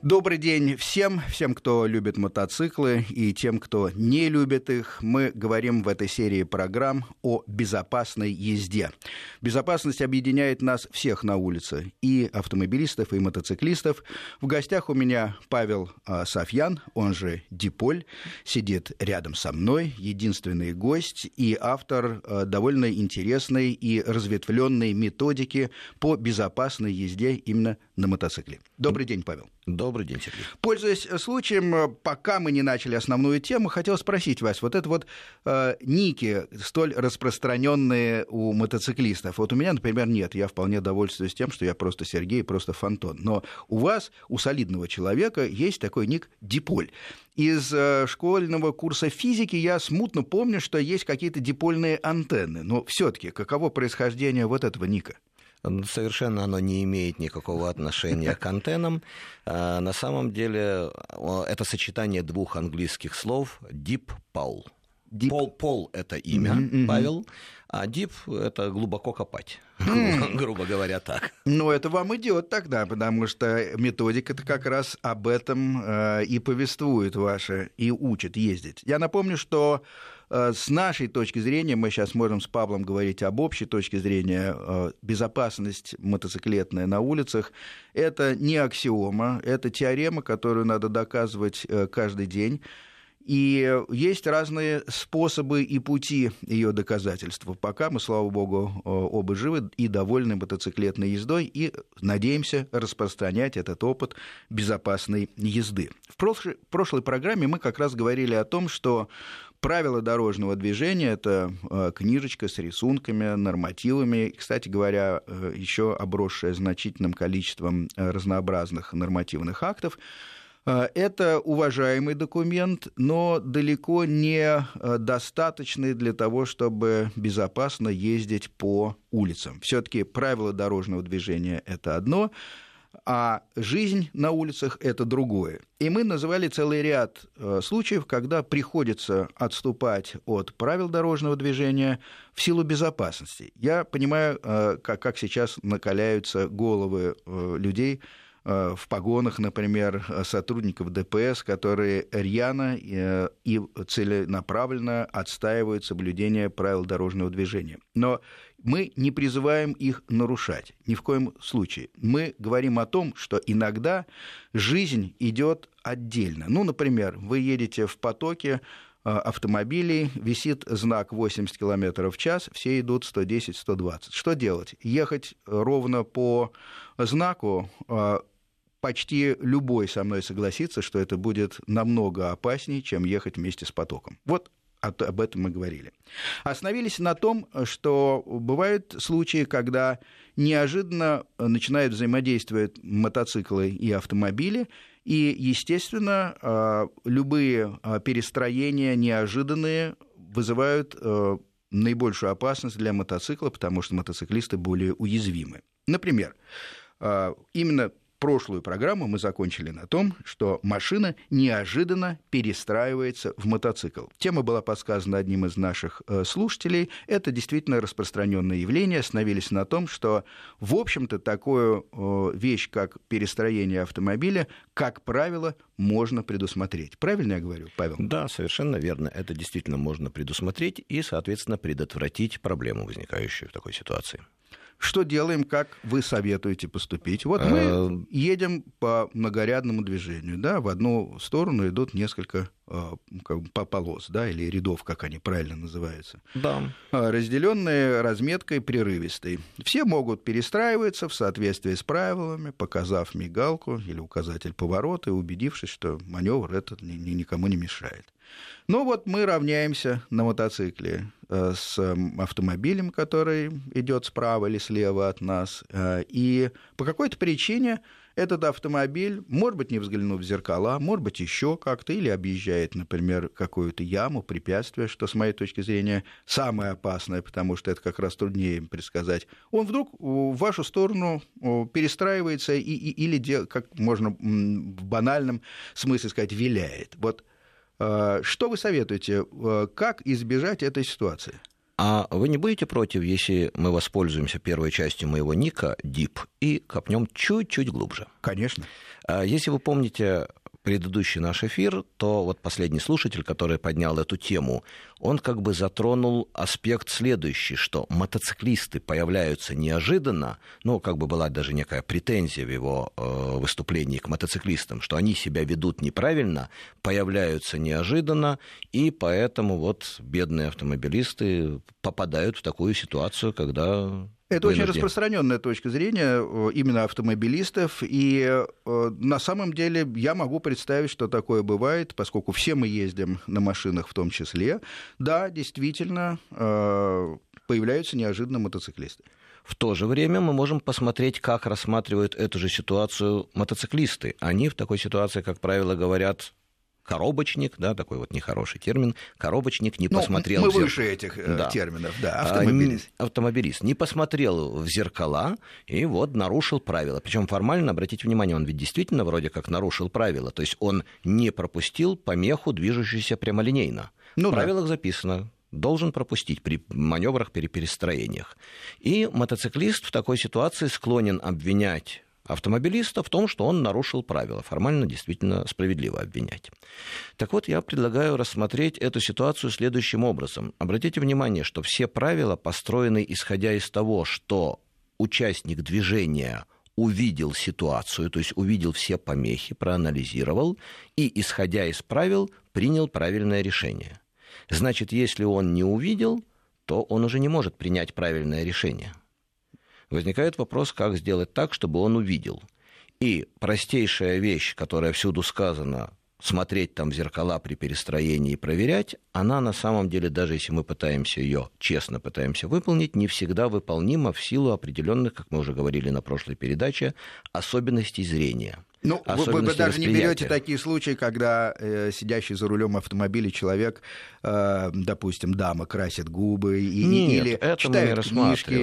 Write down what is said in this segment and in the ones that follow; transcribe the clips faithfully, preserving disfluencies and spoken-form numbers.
Добрый день всем, всем, кто любит мотоциклы, и тем, кто не любит их. Мы говорим в этой серии программ о безопасной езде. Безопасность объединяет нас всех на улице, и автомобилистов, и мотоциклистов. В гостях у меня Павел а, Сафьян, он же Диполь, сидит рядом со мной, единственный гость и автор а, довольно интересной и разветвленной методики по безопасной езде именно на мотоцикле. Добрый день, Павел. Добрый день, Сергей. Пользуясь случаем, пока мы не начали основную тему, хотел спросить вас, вот это вот э, ники, столь распространенные у мотоциклистов, вот у меня, например, нет, я вполне довольствуюсь тем, что я просто Сергей, просто Фантон, но у вас, у солидного человека, есть такой ник Диполь. Из э, школьного курса физики я смутно помню, что есть какие-то дипольные антенны, но все-таки каково происхождение вот этого ника? Совершенно оно не имеет никакого отношения к антеннам. На самом деле это сочетание двух английских слов «deep Paul». Deep. Пол, Пол — это имя, mm-hmm. Павел, а deep — это глубоко копать, mm. грубо говоря, так. Ну, это вам идет тогда, потому что методика-то как раз об этом э, и повествует ваша, и учит ездить. Я напомню, что э, с нашей точки зрения, мы сейчас можем с Павлом говорить об общей точке зрения, э, безопасность мотоциклетная на улицах — это не аксиома, это теорема, которую надо доказывать э, каждый день. И есть разные способы и пути ее доказательства. Пока мы, слава богу, оба живы и довольны мотоциклетной ездой, и надеемся распространять этот опыт безопасной езды. В прошлой, прошлой программе мы как раз говорили о том, что правила дорожного движения — это книжечка с рисунками, нормативами, и, кстати говоря, еще обросшая значительным количеством разнообразных нормативных актов. Это уважаемый документ, но далеко не достаточный для того, чтобы безопасно ездить по улицам. Все-таки правила дорожного движения — это одно, а жизнь на улицах — это другое. И мы называли целый ряд случаев, когда приходится отступать от правил дорожного движения в силу безопасности. Я понимаю, как сейчас накаляются головы людей в погонах, например, сотрудников ДПС, которые рьяно и целенаправленно отстаивают соблюдение правил дорожного движения. Но мы не призываем их нарушать, ни в коем случае. Мы говорим о том, что иногда жизнь идет отдельно. Ну, например, вы едете в потоке автомобилей, висит знак восемьдесят километров в час, все идут сто десять - сто двадцать. Что делать? Ехать ровно по знаку? Почти любой со мной согласится, что это будет намного опаснее, чем ехать вместе с потоком. Вот об этом мы говорили. Остановились на том, что бывают случаи, когда неожиданно начинают взаимодействовать мотоциклы и автомобили, и, естественно, любые перестроения неожиданные вызывают наибольшую опасность для мотоцикла, потому что мотоциклисты более уязвимы. Например, именно прошлую программу мы закончили на том, что машина неожиданно перестраивается в мотоцикл. Тема была подсказана одним из наших слушателей. Это действительно распространенное явление. Остановились на том, что, в общем-то, такую вещь, как перестроение автомобиля, как правило, можно предусмотреть. Правильно я говорю, Павел? Да, совершенно верно. Это действительно можно предусмотреть и, соответственно, предотвратить проблему, возникающую в такой ситуации. Что делаем, как вы советуете поступить? Вот мы едем по многорядному движению, да, в одну сторону идут несколько как бы, полос, да, или рядов, как они правильно называются, да. разделенные разметкой прерывистой. Все могут перестраиваться в соответствии с правилами, показав мигалку или указатель поворота и убедившись, что маневр этот никому не мешает. Ну вот мы равняемся на мотоцикле с автомобилем, который идет справа или слева от нас, и по какой-то причине этот автомобиль, может быть, не взглянув в зеркала, может быть, еще как-то, или объезжает, например, какую-то яму, препятствие, что, с моей точки зрения, самое опасное, потому что это как раз труднее предсказать. Он вдруг в вашу сторону перестраивается и, и, или, как можно в банальном смысле сказать, виляет. Вот что вы советуете, как избежать этой ситуации? А вы не будете против, если мы воспользуемся первой частью моего ника, Deep, и копнем чуть-чуть глубже? Конечно. Если вы помните предыдущий наш эфир, то вот последний слушатель, который поднял эту тему, он как бы затронул аспект следующий, что мотоциклисты появляются неожиданно, ну, как бы была даже некая претензия в его э, выступлении к мотоциклистам, что они себя ведут неправильно, появляются неожиданно, и поэтому вот бедные автомобилисты попадают в такую ситуацию, когда... Это очень распространенная точка зрения именно автомобилистов, и на самом деле я могу представить, что такое бывает, поскольку все мы ездим на машинах в том числе. Да, действительно, появляются неожиданно мотоциклисты. В то же время мы можем посмотреть, как рассматривают эту же ситуацию мотоциклисты. Они в такой ситуации, как правило, говорят... Коробочник, да, такой вот нехороший термин, коробочник не ну, посмотрел... Мы в зер... выше этих да. терминов, да, автомобилист. А, автомобилист не посмотрел в зеркала и вот нарушил правила. Причем формально, обратите внимание, он ведь действительно вроде как нарушил правила. То есть он не пропустил помеху, движущуюся прямолинейно. Ну, в правилах да. записано. Должен пропустить при маневрах, при перестроениях. И мотоциклист в такой ситуации склонен обвинять автомобилиста в том, что он нарушил правила. Формально действительно справедливо обвинять. Так вот, я предлагаю рассмотреть эту ситуацию следующим образом. Обратите внимание, что все правила построены исходя из того, что участник движения увидел ситуацию, то есть увидел все помехи, проанализировал и, исходя из правил, принял правильное решение. Значит, если он не увидел, то он уже не может принять правильное решение. Возникает вопрос, как сделать так, чтобы он увидел. И простейшая вещь, которая всюду сказана, смотреть там в зеркала при перестроении и проверять, она на самом деле, даже если мы пытаемся ее честно пытаемся выполнить, не всегда выполнима в силу определенных, как мы уже говорили на прошлой передаче, особенностей зрения. Ну, вы, вы даже не берете такие случаи, когда э, сидящий за рулем автомобиля человек, э, допустим, дама красит губы, и, Нет, или читает книжки,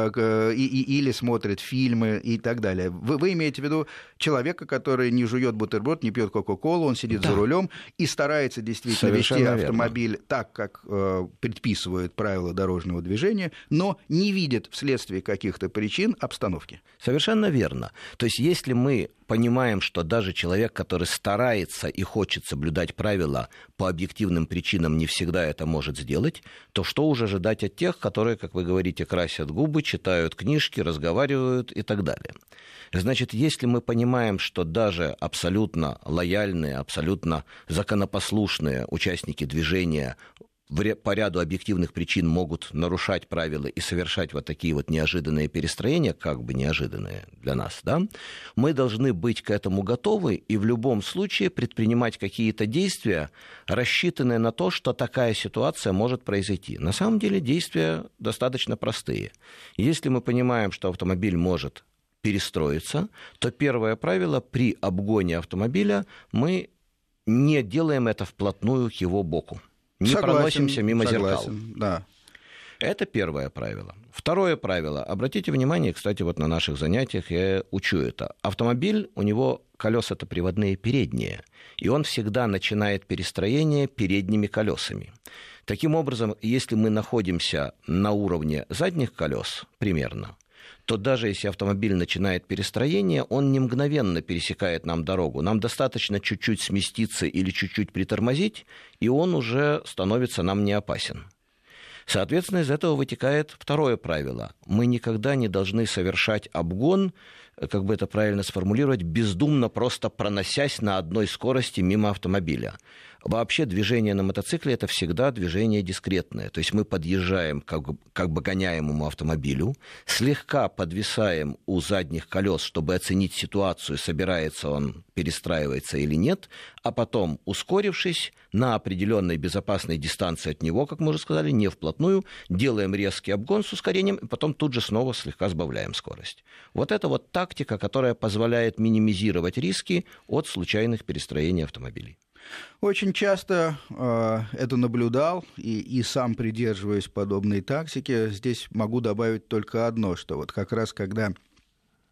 э, и, и, или смотрит фильмы и так далее. Вы, вы имеете в виду человека, который не жует бутерброд, не пьет кока-колу, он сидит да. за рулем и старается действительно Совершенно вести автомобиль верно. Так, как э, предписывают правила дорожного движения, но не видит вследствие каких-то причин обстановки. Совершенно верно. То есть, если мы понимаем, что даже человек, который старается и хочет соблюдать правила, по объективным причинам не всегда это может сделать, то что уже ожидать от тех, которые, как вы говорите, красят губы, читают книжки, разговаривают и так далее. Значит, если мы понимаем, что даже абсолютно лояльные, абсолютно законопослушные участники движения по ряду объективных причин могут нарушать правила и совершать вот такие вот неожиданные перестроения, как бы неожиданные для нас, да, мы должны быть к этому готовы и в любом случае предпринимать какие-то действия, рассчитанные на то, что такая ситуация может произойти. На самом деле действия достаточно простые. Если мы понимаем, что автомобиль может перестроиться, то первое правило: при обгоне автомобиля мы не делаем это вплотную к его боку. Не согласен, проносимся мимо согласен, зеркал. Да. Это первое правило. Второе правило. Обратите внимание, кстати, вот на наших занятиях я учу это. Автомобиль, у него колеса-то приводные передние, и он всегда начинает перестроение передними колесами. Таким образом, если мы находимся на уровне задних колес примерно, то даже если автомобиль начинает перестроение, он не мгновенно пересекает нам дорогу. Нам достаточно чуть-чуть сместиться или чуть-чуть притормозить, и он уже становится нам не опасен. Соответственно, из этого вытекает второе правило. Мы никогда не должны совершать обгон, как бы это правильно сформулировать, бездумно просто проносясь на одной скорости мимо автомобиля. Вообще движение на мотоцикле – это всегда движение дискретное. То есть мы подъезжаем к как бы гоняемому автомобилю, слегка подвисаем у задних колес, чтобы оценить ситуацию, собирается он, перестраивается или нет, а потом, ускорившись на определенной безопасной дистанции от него, как мы уже сказали, не вплотную, делаем резкий обгон с ускорением, и потом тут же снова слегка сбавляем скорость. Вот это вот тактика, которая позволяет минимизировать риски от случайных перестроений автомобилей. Очень часто э, это наблюдал и, и сам придерживаюсь подобной тактики. Здесь могу добавить только одно, что вот как раз когда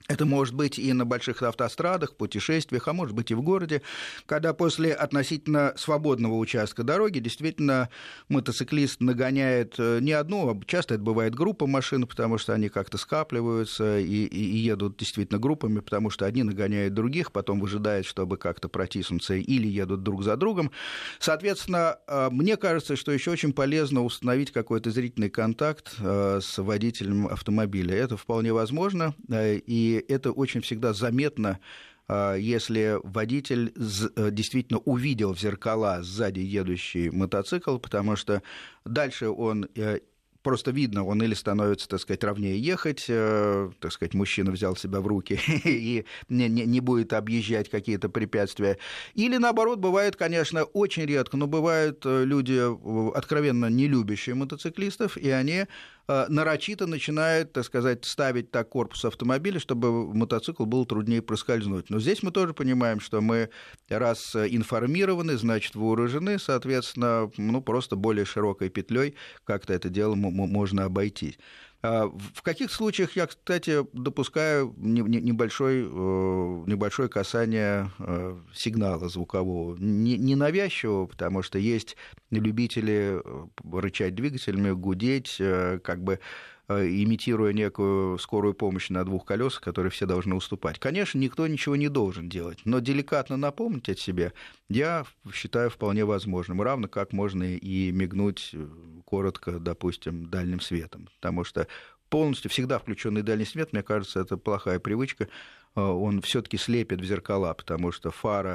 Это может быть и на больших автострадах, путешествиях, а может быть и в городе, когда после относительно свободного участка дороги действительно мотоциклист нагоняет не одну, а часто это бывает группа машин, потому что они как-то скапливаются и, и, и едут действительно группами, потому что одни нагоняют других, потом выжидают, чтобы как-то протиснуться, или едут друг за другом. Соответственно, мне кажется, что еще очень полезно установить какой-то зрительный контакт с водителем автомобиля. Это вполне возможно, и И это очень всегда заметно, если водитель действительно увидел в зеркала сзади едущий мотоцикл, потому что дальше он... Просто видно, он или становится, так сказать, ровнее ехать, так сказать, мужчина взял себя в руки и не, не, не будет объезжать какие-то препятствия. Или, наоборот, бывает, конечно, очень редко, но бывают люди, откровенно не любящие мотоциклистов, и они нарочито начинают, так сказать, ставить так корпус автомобиля, чтобы мотоцикл было труднее проскользнуть. Но здесь мы тоже понимаем, что мы, раз информированы, значит, вооружены, соответственно, ну, просто более широкой петлей как-то это дело можно обойтись. В каких случаях я, кстати, допускаю небольшое, небольшое касание сигнала звукового, ненавязчивого, потому что есть любители рычать двигателями, гудеть, как бы имитируя некую скорую помощь на двух колесах, которые все должны уступать. Конечно, никто ничего не должен делать, но деликатно напомнить о себе я считаю вполне возможным, равно как можно и мигнуть коротко, допустим, дальним светом, потому что полностью всегда включенный дальний свет, мне кажется, это плохая привычка, он все-таки слепит в зеркала, потому что фара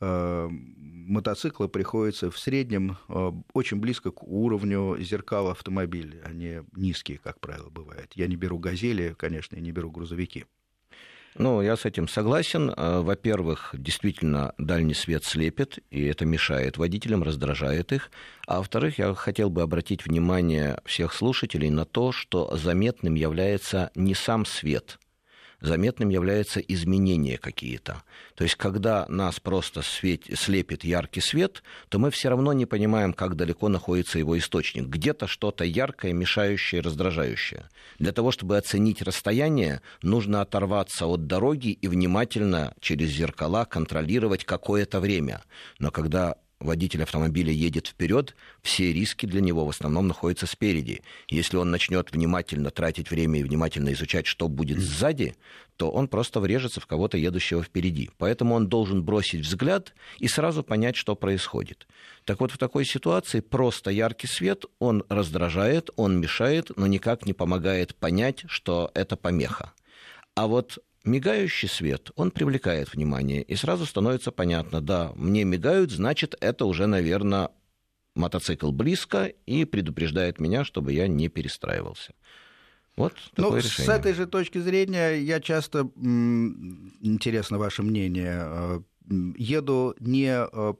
мотоцикла приходится в среднем очень близко к уровню зеркал автомобиля. Они низкие, как правило, бывают. Я не беру «Газели», конечно, я не беру грузовики. Ну, я с этим согласен. Во-первых, действительно, дальний свет слепит, и это мешает водителям, раздражает их. А во-вторых, я хотел бы обратить внимание всех слушателей на то, что заметным является не сам свет, заметным являются изменения какие-то. То есть, когда нас просто свет, слепит яркий свет, то мы все равно не понимаем, как далеко находится его источник. Где-то что-то яркое, мешающее, раздражающее. Для того, чтобы оценить расстояние, нужно оторваться от дороги и внимательно через зеркала контролировать какое-то время. Но когда водитель автомобиля едет вперед, все риски для него в основном находятся спереди. Если он начнет внимательно тратить время и внимательно изучать, что будет сзади, то он просто врежется в кого-то, едущего впереди. Поэтому он должен бросить взгляд и сразу понять, что происходит. Так вот, в такой ситуации просто яркий свет, он раздражает, он мешает, но никак не помогает понять, что это помеха. А вот мигающий свет, он привлекает внимание, и сразу становится понятно, да, мне мигают, значит, это уже, наверное, мотоцикл близко и предупреждает меня, чтобы я не перестраивался. Вот такое ну, решение. С этой же точки зрения я часто, интересно ваше мнение, еду не,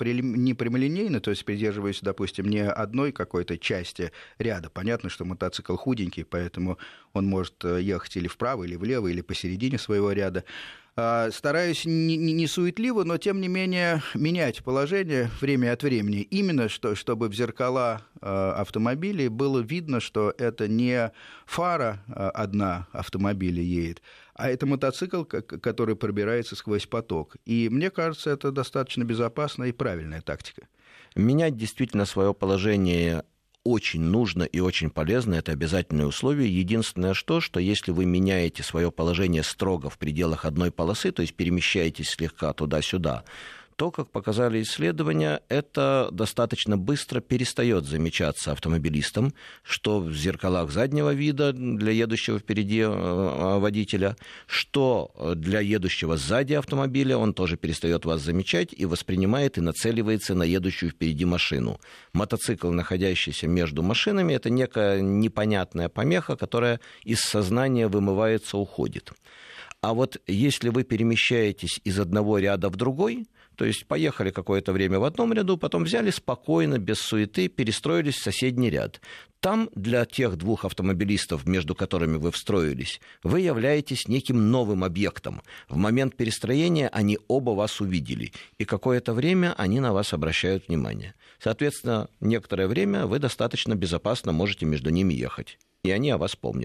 не прямолинейно, то есть придерживаюсь, допустим, не одной какой-то части ряда. Понятно, что мотоцикл худенький, поэтому он может ехать или вправо, или влево, или посередине своего ряда. Стараюсь не, не суетливо, но, тем не менее, менять положение время от времени. Именно что, чтобы в зеркала автомобилей было видно, что это не фара одна автомобиля едет, а это мотоцикл, который пробирается сквозь поток. И мне кажется, это достаточно безопасная и правильная тактика. Менять действительно свое положение очень нужно и очень полезно, это обязательное условие. Единственное что, что если вы меняете свое положение строго в пределах одной полосы, то есть перемещаетесь слегка туда-сюда, то, как показали исследования, это достаточно быстро перестает замечаться автомобилистам, что в зеркалах заднего вида для едущего впереди водителя, что для едущего сзади автомобиля, он тоже перестает вас замечать и воспринимает и нацеливается на едущую впереди машину. Мотоцикл, находящийся между машинами, это некая непонятная помеха, которая из сознания вымывается, уходит. А вот если вы перемещаетесь из одного ряда в другой, то есть поехали какое-то время в одном ряду, потом взяли спокойно, без суеты, перестроились в соседний ряд. Там для тех двух автомобилистов, между которыми вы встроились, вы являетесь неким новым объектом. В момент перестроения они оба вас увидели, и какое-то время они на вас обращают внимание. Соответственно, некоторое время вы достаточно безопасно можете между ними ехать. И они о вас помнят.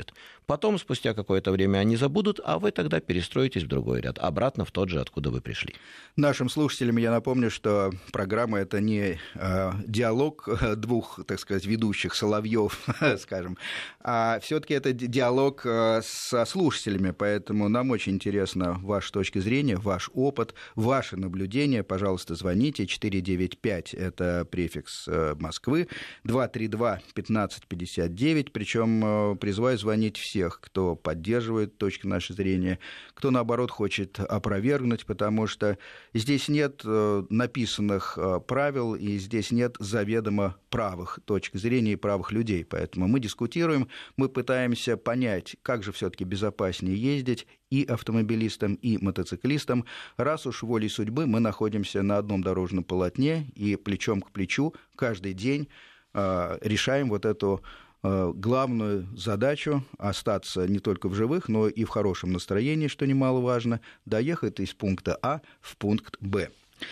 Потом, спустя какое-то время, они забудут, а вы тогда перестроитесь в другой ряд, обратно в тот же, откуда вы пришли. Нашим слушателям я напомню, что программа — это не э, диалог двух, так сказать, ведущих соловьев, скажем, а все-таки это диалог э, со слушателями, поэтому нам очень интересна ваша точка зрения, ваш опыт, ваши наблюдения. Пожалуйста, звоните. четыре девять пять — это префикс э, Москвы, два три два пятнадцать пятьдесят девять, причем э, призываю звонить всех, кто поддерживает точки нашей зрения, кто, наоборот, хочет опровергнуть, потому что здесь нет э, написанных э, правил, и здесь нет заведомо правых точек зрения и правых людей. Поэтому мы дискутируем, мы пытаемся понять, как же все-таки безопаснее ездить и автомобилистам, и мотоциклистам, раз уж волей судьбы мы находимся на одном дорожном полотне и плечом к плечу каждый день э, решаем вот эту главную задачу — остаться не только в живых, но и в хорошем настроении, что немаловажно, доехать из пункта А в пункт Б.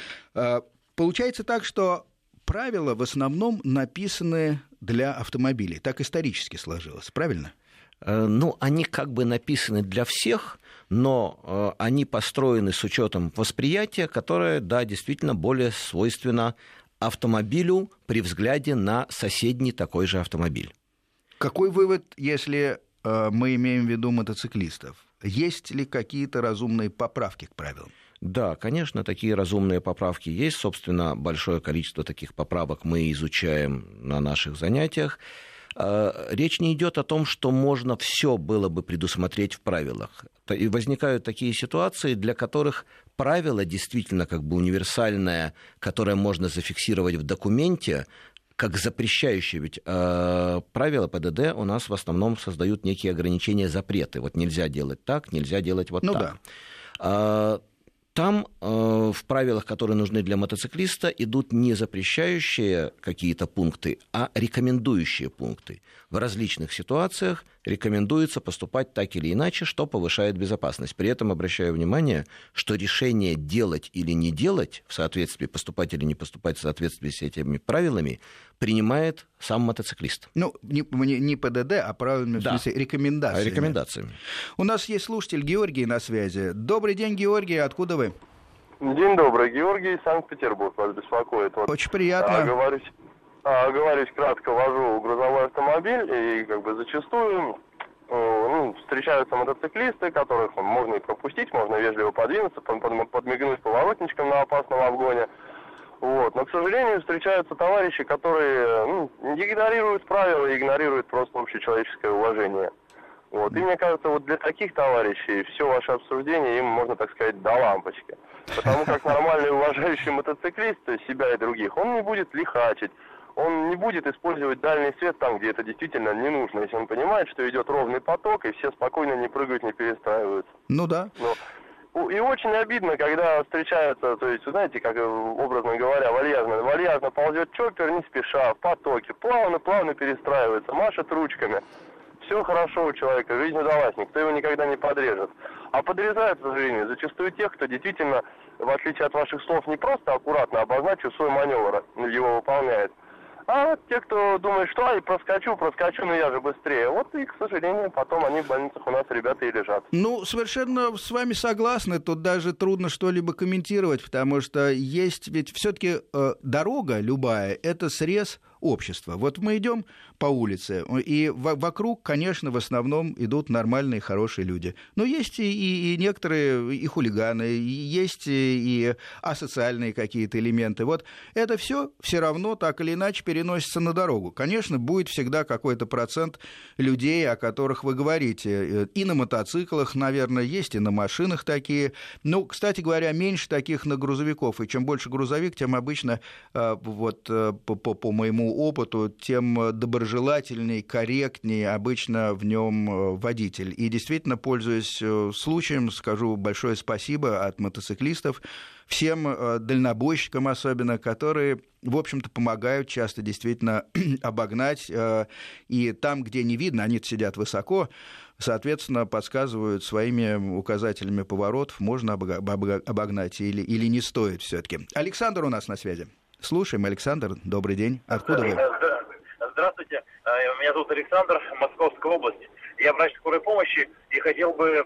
Получается так, что правила в основном написаны для автомобилей. Так исторически сложилось, правильно? Ну, они как бы написаны для всех, но они построены с учетом восприятия, которое, да, действительно более свойственно автомобилю при взгляде на соседний такой же автомобиль. Какой вывод, если э, мы имеем в виду мотоциклистов? Есть ли какие-то разумные поправки к правилам? Да, конечно, такие разумные поправки есть. Собственно, большое количество таких поправок мы изучаем на наших занятиях. Э, речь не идет о том, что можно все было бы предусмотреть в правилах. И возникают такие ситуации, для которых правило действительно как бы универсальное, которое можно зафиксировать в документе, как запрещающие, ведь э, правила ПДД у нас в основном создают некие ограничения, запреты. Вот нельзя делать так, нельзя делать вот ну так. Да. Э, там э, в правилах, которые нужны для мотоциклиста, идут не запрещающие какие-то пункты, а рекомендующие пункты. В различных ситуациях рекомендуется поступать так или иначе, что повышает безопасность. При этом обращаю внимание, что решение делать или не делать, в соответствии, поступать или не поступать в соответствии с этими правилами, принимает сам мотоциклист. Ну, не, не ПДД, а правильно, в да. смысле рекомендациями. Рекомендациями. У нас есть слушатель Георгий на связи. Добрый день, Георгий, откуда вы? День добрый, Георгий, Санкт-Петербург вас беспокоит. Вот, очень приятно. Оговорюсь, оговорюсь кратко, вожу грузовой автомобиль, и как бы зачастую ну, встречаются мотоциклисты, которых можно и пропустить, можно вежливо подвинуться, подмигнуть поворотничком на опасном обгоне. Вот. Но, к сожалению, встречаются товарищи, которые ну, игнорируют правила, игнорируют просто общечеловеческое уважение. Вот. И мне кажется, вот для таких товарищей все ваше обсуждение им можно, так сказать, до лампочки. Потому как нормальный уважающий мотоциклист себя и других, он не будет лихачить, он не будет использовать дальний свет там, где это действительно не нужно, если он понимает, что идет ровный поток, и все спокойно не прыгают, не перестраиваются. Ну да. Но... И очень обидно, когда встречаются, то есть, знаете, как образно говоря, вальяжно, вальяжно ползет чоппер, не спеша, в потоке, плавно-плавно перестраивается, машет ручками. Все хорошо у человека, жизнь удалась, никто его никогда не подрежет. А подрезают, к сожалению, зачастую тех, кто действительно, в отличие от ваших слов, не просто аккуратно обозначив свой маневр, его выполняет, а те, кто думает, что ай, проскочу, проскочу, но я же быстрее. Вот и, к сожалению, потом они в больницах у нас, ребята, и лежат. Ну, совершенно с вами согласны. Тут даже трудно что-либо комментировать, потому что есть ведь все-таки э, дорога любая, это срез общества. Вот мы идем по улице, и в- вокруг, конечно, в основном идут нормальные, хорошие люди. Но есть и, и, и некоторые и хулиганы, и есть и, и асоциальные какие-то элементы. Вот это все все равно так или иначе переносится на дорогу. Конечно, будет всегда какой-то процент людей, о которых вы говорите. И на мотоциклах, наверное, есть, и на машинах такие. Ну, кстати говоря, меньше таких на грузовиков. И чем больше грузовик, тем обычно, вот по, по, по моему опыту, тем доброжелательней, корректней обычно в нем водитель. И действительно, пользуясь случаем, скажу большое спасибо от мотоциклистов, всем дальнобойщикам особенно, которые, в общем-то, помогают часто действительно обогнать. И там, где не видно, они сидят высоко, соответственно, подсказывают своими указателями поворотов, можно обогнать или, или не стоит все-таки. Александр у нас на связи. Слушаем, Александр, добрый день. Откуда вы? Здравствуйте, меня зовут Александр, Московская область. Я врач скорой помощи и хотел бы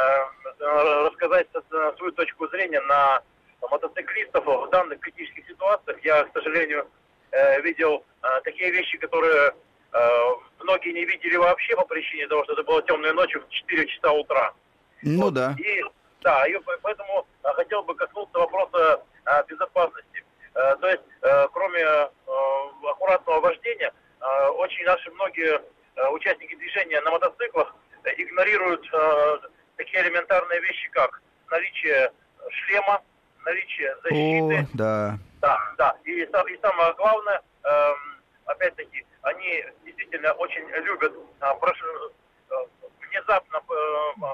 э, рассказать свою точку зрения на мотоциклистов в данных критических ситуациях. Я, к сожалению, э, видел э, такие вещи, которые э, многие не видели вообще по причине того, что это была темная ночь в четыре часа утра. Ну вот. да. И, да, и поэтому э, хотел бы коснуться вопроса э, безопасности. Э, то есть, э, кроме э, аккуратного вождения, э, очень наши многие э, участники движения на мотоциклах э, игнорируют э, такие элементарные вещи, как наличие шлема, наличие защиты. О, да. Да, да. И, и самое главное, э, опять-таки, они действительно очень любят э, прош... э, внезапно э,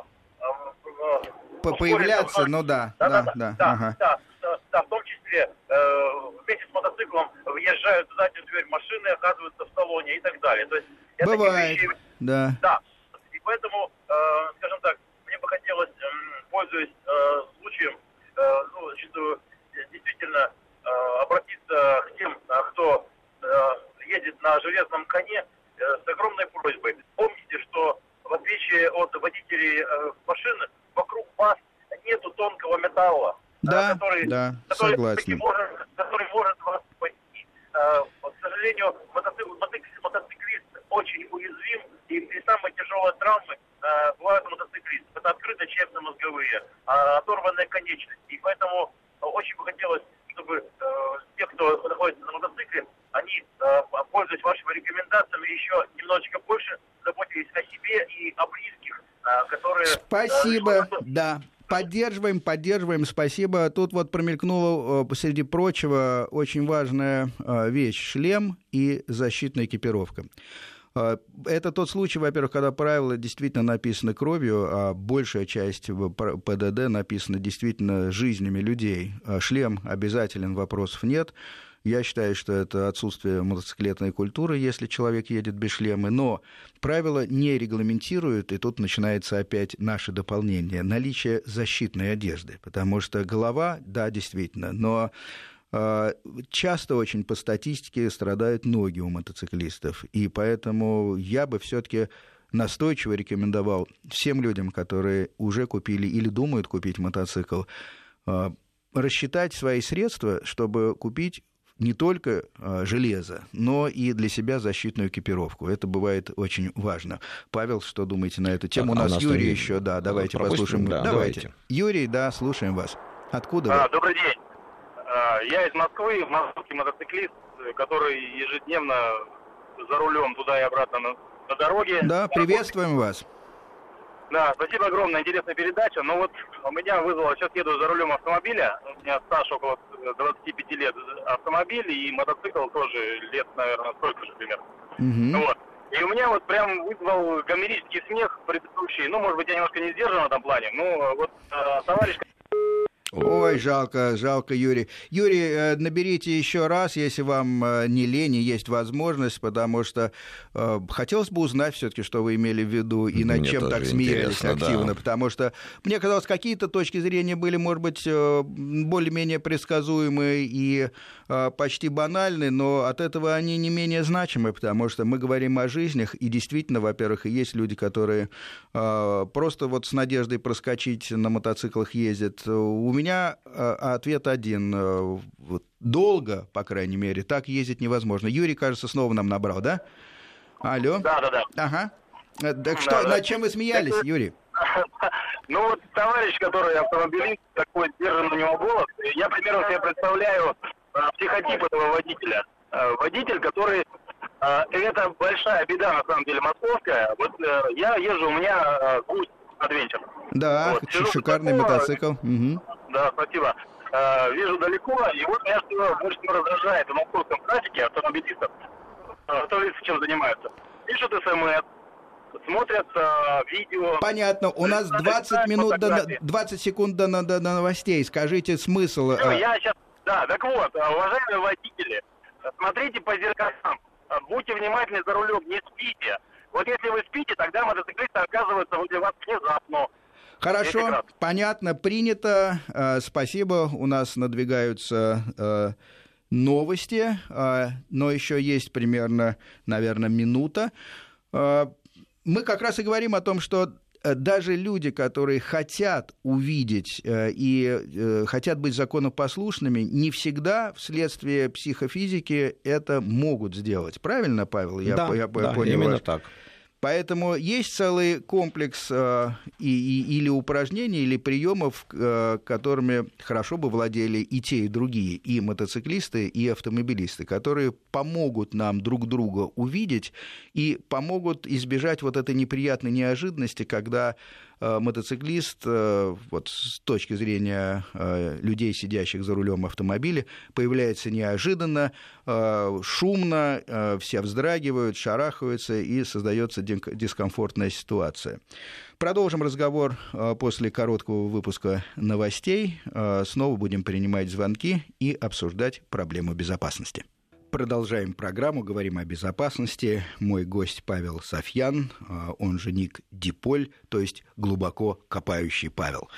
э, появляться, ну да, да, да, да, да, да, ага. да, да, да, в том числе э, вместе с мотоциклом въезжают в заднюю дверь машины, оказываются в салоне и так далее. То есть, бывает, вещи... да. Да, и поэтому, э, скажем так, мне бы хотелось, э, пользуясь э, случаем, э, ну, значит, действительно э, обратиться к тем, кто э, едет на железном коне, э, с огромной просьбой. Помните, что в отличие от водителей э, машин, вокруг вас нету тонкого металла, да, э, который, да, который, согласен. Может, который может вас спасти. Э, к сожалению, мотоцикл, мотоциклист очень уязвим, и, и самые тяжелые травмы э, бывают у мотоциклистов. Это открытые черепно-мозговые, э, оторванные конечности. И поэтому очень бы хотелось, чтобы э, те, кто находится на мотоцикле, они, э, пользуясь вашими рекомендациями, еще немножечко больше заботились о себе и о близких, э, которые... Спасибо, э, да. Поддерживаем, поддерживаем, спасибо. Тут вот промелькнула, среди прочего, очень важная вещь — шлем и защитная экипировка. Это тот случай, во-первых, когда правила действительно написаны кровью, а большая часть ПДД написана действительно жизнями людей. Шлем обязателен, вопросов нет. Я считаю, что это отсутствие мотоциклетной культуры, если человек едет без шлема, но правила не регламентируют, и тут начинается опять наше дополнение, наличие защитной одежды, потому что голова, да, действительно, но э, часто очень по статистике страдают ноги у мотоциклистов, и поэтому я бы все-таки настойчиво рекомендовал всем людям, которые уже купили или думают купить мотоцикл, э, рассчитать свои средства, чтобы купить не только а, железо, но и для себя защитную экипировку. Это бывает очень важно. Павел, что думаете на эту тему? А, у нас, у нас Юрий там... еще, да, давайте Пропустим? послушаем. Да, давайте. давайте. Юрий, да, слушаем вас. Откуда а, вы? Добрый день. А, я из Москвы, московский мотоциклист, который ежедневно за рулем туда и обратно на, на дороге. Да, приветствуем вас. Да, спасибо огромное, интересная передача. Но вот у меня вызвало, сейчас еду за рулем автомобиля, у меня стаж около двадцати пяти лет автомобиль, и мотоцикл тоже лет, наверное, столько же примерно. Угу. Вот. И у меня вот прям вызвал гомерический смех предыдущий. Ну, может быть, я немножко не сдержан в этом плане. Ну, вот э, товарищ... Ой, жалко, жалко, Юрий. Юрий, наберите еще раз, если вам не лень и есть возможность, потому что э, хотелось бы узнать все-таки, что вы имели в виду и над Мне чем так смеялись активно, да. Потому что мне казалось, какие-то точки зрения были, может быть, более-менее предсказуемые и э, почти банальные, но от этого они не менее значимы, потому что мы говорим о жизнях, и действительно, во-первых, и есть люди, которые э, просто вот с надеждой проскочить на мотоциклах ездят. У меня ответ один. Долго, по крайней мере, так ездить невозможно. Юрий, кажется, снова нам набрал, да? Алло? Да, да, да. Ага. Так что, да, над да. чем вы смеялись, Это... Юрий? Ну вот товарищ, который автомобилист, такой сдержанный у него голос, я примерно себе представляю психотип этого водителя. Водитель, который... Это большая беда, на самом деле, московская. Вот я езжу, у меня гусь адвенчер. Да, вот, шикарный далеко, мотоцикл. Угу. Да, спасибо. Э, вижу далеко, и вот меня что больше всего раздражает в московском трафике автомобилистов, автомобилисты чем занимаются. Пишут СМС, смотрят э, видео. Понятно, у нас двадцать минут, до, двадцать секунд до, до, до новостей. Скажите смысл. Все, я сейчас... Да, так вот, уважаемые водители, смотрите по зеркалам, будьте внимательны за рулем, не спите. Вот если вы спите, тогда мотоциклисты оказываются возле вас внезапно. Хорошо, понятно, принято. Э, спасибо. У нас надвигаются э, новости, э, но еще есть примерно, наверное, минута. Э, мы как раз и говорим о том, что даже люди, которые хотят увидеть и хотят быть законопослушными, не всегда вследствие психофизики это могут сделать. Правильно, Павел? Я, да, я да, понял именно вас? Так. Поэтому есть целый комплекс э, и, и, или упражнений, или приемов, э, которыми хорошо бы владели и те, и другие, и мотоциклисты, и автомобилисты, которые помогут нам друг друга увидеть и помогут избежать вот этой неприятной неожиданности, когда э, мотоциклист, э, вот с точки зрения э, людей, сидящих за рулем автомобиля, появляется неожиданно, э, шумно, э, все вздрагивают, шарахаются, и создается дискомфортная ситуация. Продолжим разговор после короткого выпуска новостей. Снова будем принимать звонки и обсуждать проблему безопасности. Продолжаем программу, говорим о безопасности. Мой гость Павел Софьян, он же ник Диполь, то есть глубоко копающий Павел.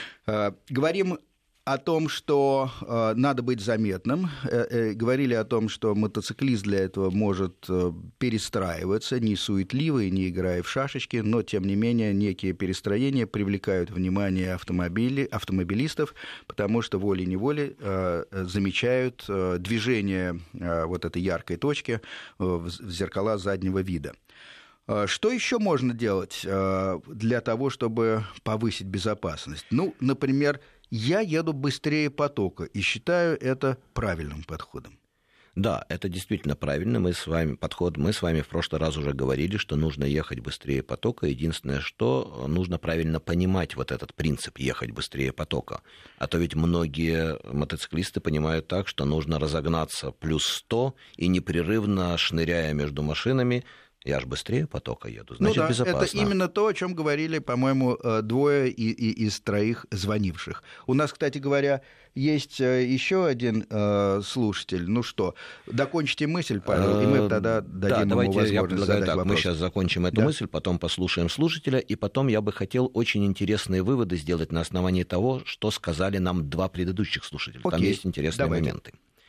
Говорим о том, что э, надо быть заметным. Э, э, говорили о том, что мотоциклист для этого может э, перестраиваться, не суетливо и не играя в шашечки, но, тем не менее, некие перестроения привлекают внимание автомобили, автомобилистов, потому что волей-неволей э, замечают э, движение э, вот этой яркой точки э, в, в зеркала заднего вида. Что еще можно делать э, для того, чтобы повысить безопасность? Ну, например, я еду быстрее потока и считаю это правильным подходом. Да, это действительно правильно. Мы с вами, подход, мы с вами в прошлый раз уже говорили, что нужно ехать быстрее потока. Единственное, что нужно правильно понимать вот этот принцип ехать быстрее потока. А то ведь многие мотоциклисты понимают так, что нужно разогнаться плюс сто и непрерывно, шныряя между машинами, я же быстрее потока еду, значит, ну да, безопасно. Это именно то, о чем говорили, по-моему, двое из троих звонивших. У нас, кстати говоря, есть еще один слушатель. Ну что, докончите мысль, Павел, и мы тогда дадим да, ему давайте возможность я предлагаю задать так, вопрос. Мы сейчас закончим эту да. мысль, потом послушаем слушателя, и потом я бы хотел очень интересные выводы сделать на основании того, что сказали нам два предыдущих слушателя. Окей. Там есть интересные Давайте. моменты.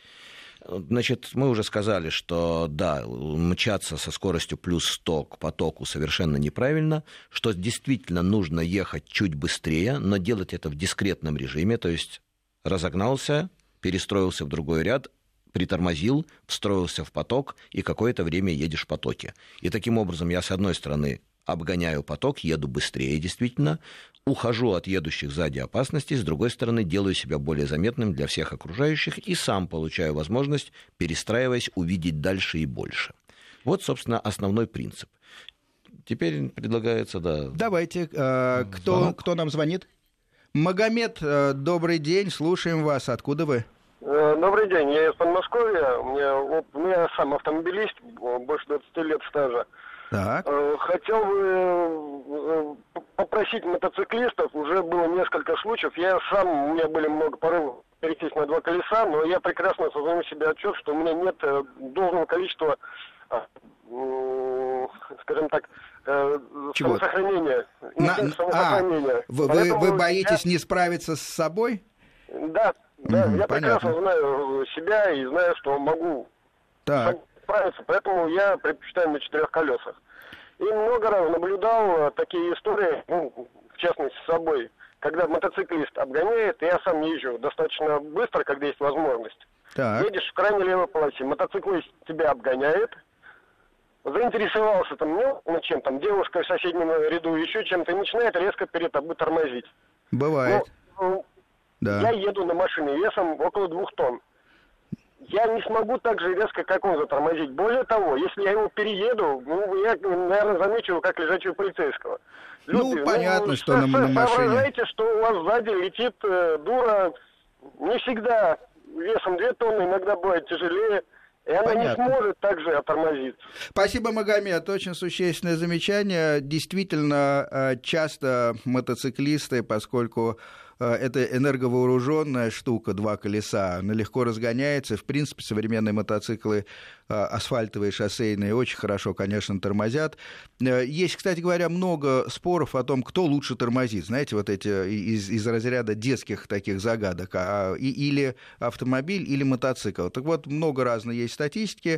Значит, мы уже сказали, что да, мчаться со скоростью плюс сто к потоку совершенно неправильно, что действительно нужно ехать чуть быстрее, но делать это в дискретном режиме, то есть разогнался, перестроился в другой ряд, притормозил, встроился в поток, и какое-то время едешь в потоке. И таким образом я, с одной стороны, обгоняю поток, еду быстрее, действительно, ухожу от едущих сзади опасностей, с другой стороны, делаю себя более заметным для всех окружающих и сам получаю возможность, перестраиваясь, увидеть дальше и больше. Вот, собственно, основной принцип. Теперь предлагается, да... Давайте, э, кто, кто нам звонит? Магомед, э, добрый день, слушаем вас. Откуда вы? Добрый день, я из Подмосковья, у меня, у меня сам автомобилист, больше двадцати лет стажа. Так. Хотел бы попросить мотоциклистов, уже было несколько случаев, я сам, у меня были много порывов пересесть на два колеса, но я прекрасно сознаю себе отчет, что у меня нет должного количества, скажем так, Чего? самосохранения. На... самосохранения. А, вы, вы боитесь я... не справиться с собой? Да, да, угу, я понятно. Прекрасно знаю себя и знаю, что могу так. справиться, поэтому я предпочитаю на четырех колесах. И много раз наблюдал такие истории, ну, в частности, с собой, когда мотоциклист обгоняет, и я сам езжу достаточно быстро, когда есть возможность. Так. Едешь в крайне левой полосе, мотоциклист тебя обгоняет, заинтересовался там, ну, чем там, девушка в соседнем ряду, еще чем-то, и начинает резко перед тобой тормозить. Бывает. Ну, да. Я еду на машине весом около двух тонн. Я не смогу так же резко, как он, затормозить. Более того, если я его перееду, ну, я, наверное, замечу его как лежачего полицейского. Люди, ну, понятно, ну, что на, на машине. Соображайте, что у вас сзади летит э, дура, не всегда весом две тонны, иногда бывает тяжелее, и она понятно. Не сможет также оттормозиться. Спасибо, Магомед. Очень существенное замечание. Действительно, часто мотоциклисты, поскольку это энерговооруженная штука, два колеса, она легко разгоняется. В принципе, современные мотоциклы асфальтовые, шоссейные, очень хорошо, конечно, тормозят. Есть, кстати говоря, много споров о том, кто лучше тормозит. Знаете, вот эти из, из разряда детских таких загадок. Или автомобиль, или мотоцикл. Так вот, много разной есть статистики.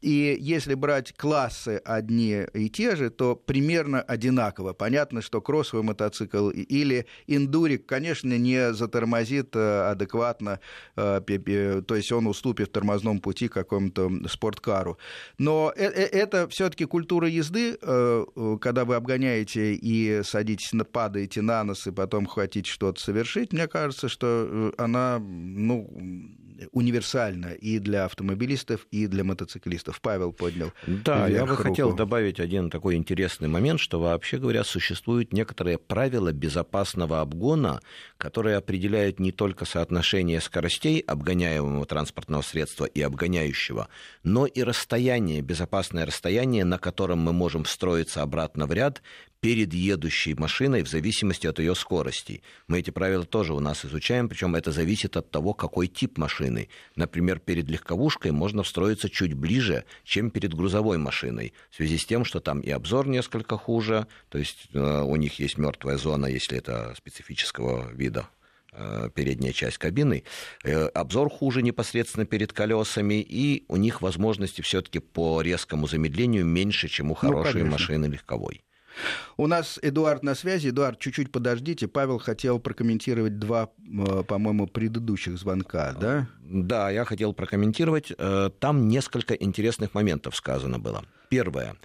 И если брать классы одни и те же, то примерно одинаково. Понятно, что кроссовый мотоцикл или эндурик, конечно, не затормозит адекватно, то есть он уступит в тормозном пути какому-то спорткару. Но это все-таки культура езды, когда вы обгоняете и садитесь, падаете на нос, и потом хотите что-то совершить. Мне кажется, что она, ну, универсальна и для автомобилистов, и для мотоциклистов. Павел поднял Да, я бы руку. хотел добавить один такой интересный момент, что вообще говоря, существуют некоторые правила безопасного обгона, которые определяют не только соотношение скоростей обгоняемого транспортного средства и обгоняющего, но и расстояние, безопасное расстояние, на котором мы можем встроиться обратно в ряд перед едущей машиной в зависимости от ее скорости. Мы эти правила тоже у нас изучаем, причем это зависит от того, какой тип машины. Например, перед легковушкой можно встроиться чуть ближе, чем перед грузовой машиной, в связи с тем, что там и обзор несколько хуже, то есть э, у них есть мертвая зона, если это специфического вида передняя часть кабины, обзор хуже непосредственно перед колесами, и у них возможности все-таки по резкому замедлению меньше, чем у хорошей ну, машины легковой. У нас Эдуард на связи. Эдуард, чуть-чуть подождите. Павел хотел прокомментировать два, по-моему, предыдущих звонка, да? Да, я хотел прокомментировать. Там несколько интересных моментов сказано было. Первое.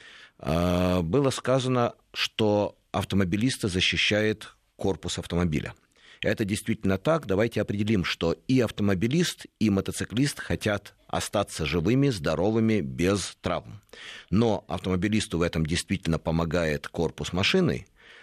Было сказано, что автомобилиста защищает корпус автомобиля. Это действительно так. Давайте определим, что и автомобилист, и мотоциклист хотят остаться живыми, здоровыми, без травм. Но автомобилисту в этом действительно помогает корпус машины,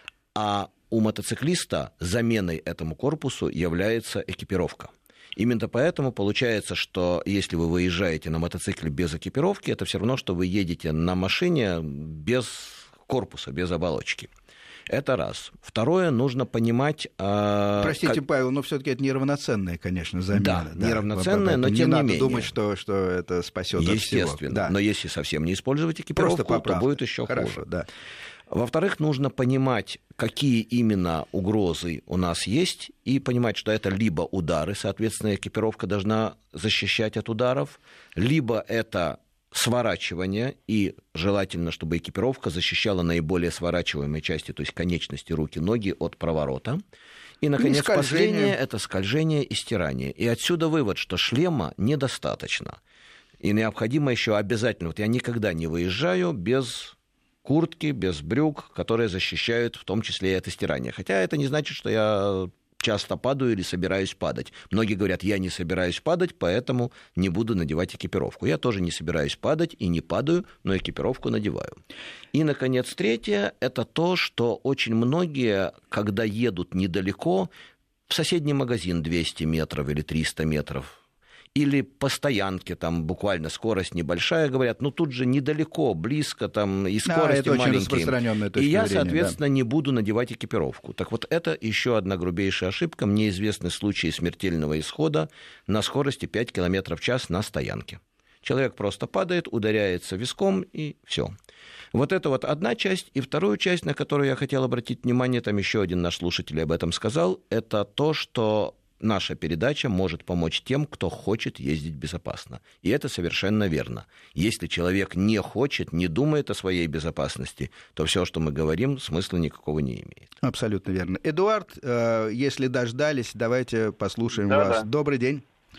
а у мотоциклиста заменой этому корпусу является экипировка. Именно поэтому получается, что если вы выезжаете на мотоцикле без экипировки, это все равно, что вы едете на машине без корпуса, без оболочки. Это раз. Второе, нужно понимать... Э, Простите, как... Павел, но все-таки это неравноценная, конечно, замена. Да, да неравноценная, но не тем не надо менее. думать, что, что это спасет от всего. Естественно, да. Но если совсем не использовать экипировку, то будет еще Хорошо, хуже. Да. Во-вторых, нужно понимать, какие именно угрозы у нас есть, и понимать, что это либо удары, соответственно, экипировка должна защищать от ударов, либо это сворачивание, и желательно, чтобы экипировка защищала наиболее сворачиваемые части, то есть конечности, руки, ноги от проворота. И, наконец, и последнее – это скольжение и стирание. И отсюда вывод, что шлема недостаточно. И необходимо еще обязательно, вот я никогда не выезжаю без куртки, без брюк, которые защищают в том числе и от стирания. Хотя это не значит, что я часто падаю или собираюсь падать. Многие говорят, я не собираюсь падать, поэтому не буду надевать экипировку. Я тоже не собираюсь падать и не падаю, но экипировку надеваю. И, наконец, третье – это то, что очень многие, когда едут недалеко, в соседний магазин двести метров или триста метров, или по стоянке, там буквально скорость небольшая, говорят, ну тут же недалеко, близко, там и скорости да, маленькие. И я, зрения, соответственно, да. не буду надевать экипировку. Так вот, это еще одна грубейшая ошибка. Мне известны случаи смертельного исхода на скорости пять километров в час на стоянке. Человек просто падает, ударяется виском, и все. Вот это вот одна часть. И вторую часть, на которую я хотел обратить внимание, там еще один наш слушатель об этом сказал, это то, что наша передача может помочь тем, кто хочет ездить безопасно. И это совершенно верно. Если человек не хочет, не думает о своей безопасности, то все, что мы говорим, смысла никакого не имеет. Абсолютно верно. Эдуард, если дождались, давайте послушаем да, вас. Да. Добрый день.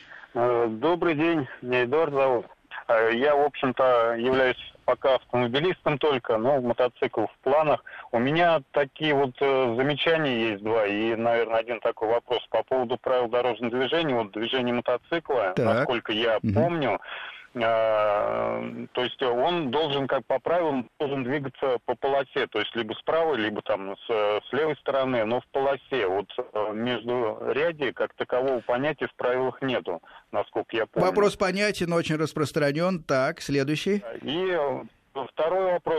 Добрый день. Меня Эдуард зовут. Я, в общем-то, являюсь пока автомобилистом только, но мотоцикл в планах. У меня такие вот э, замечания есть два, и, наверное, один такой вопрос по поводу правил дорожного движения. Вот движение мотоцикла, так. насколько я угу. помню, э, то есть он должен, как по правилам, должен двигаться по полосе, то есть либо с правой, либо там с, с левой стороны, но в полосе. Вот э, между ряди как такового понятия в правилах нету, насколько я помню. Вопрос понятен, очень распространен. Так, следующий. И второй вопрос.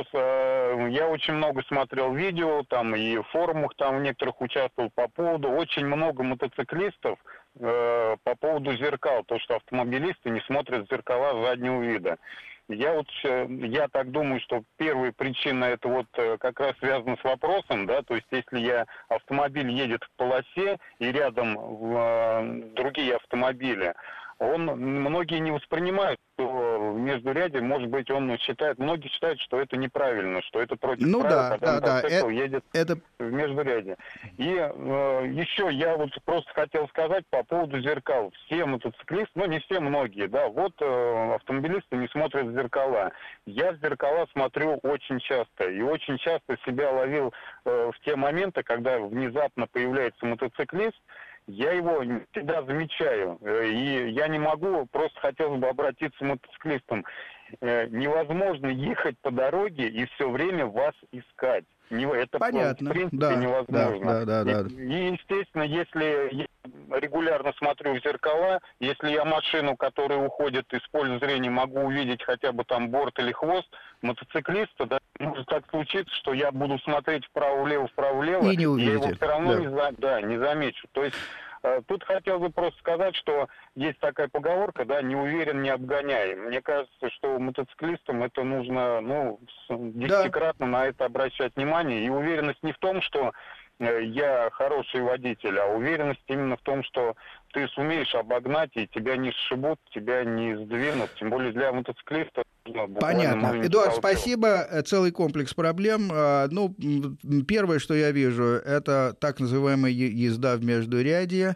Я очень много смотрел видео, там и в форумах там в некоторых участвовал по поводу, очень много мотоциклистов э, по поводу зеркал, то, что автомобилисты не смотрят в зеркала заднего вида. Я вот, я так думаю, что первая причина это вот как раз связана с вопросом, да, то есть если я, автомобиль едет в полосе и рядом э, другие автомобили, он, многие не воспринимают, что в междуряде, может быть, он считает, многие считают, что это неправильно, что это против ну, правил, да, когда да, мотоцикл да. едет это... в междуряде. И э, еще я вот просто хотел сказать по поводу зеркал. Все мотоциклисты, ну не все, многие, да, вот э, автомобилисты не смотрят в зеркала. Я в зеркала смотрю очень часто, и очень часто себя ловил э, в те моменты, когда внезапно появляется мотоциклист, я его не всегда замечаю, и я не могу, просто хотелось бы обратиться к мотоциклистам. Невозможно ехать по дороге и все время вас искать. Это, понятно. в принципе, да, невозможно. Да, да, да, да. И, и, естественно, если я регулярно смотрю в зеркала, если я машину, которая уходит из поля зрения, могу увидеть хотя бы там борт или хвост мотоциклиста, да, может так случиться, что я буду смотреть вправо-влево, вправо-влево, и не увидите. я его все равно да. не, за, да, не замечу. То есть тут хотел бы просто сказать, что есть такая поговорка, да, не уверен, не обгоняй. Мне кажется, что мотоциклистам это нужно, ну, десятикратно да. на это обращать внимание. И уверенность не в том, что я хороший водитель, а уверенность именно в том, что ты сумеешь обогнать, и тебя не сшибут, тебя не сдвинут. Тем более для мотоциклиста. Понятно. Эдуард, спасибо. Целый комплекс проблем. Ну, первое, что я вижу, это так называемая езда в междурядье.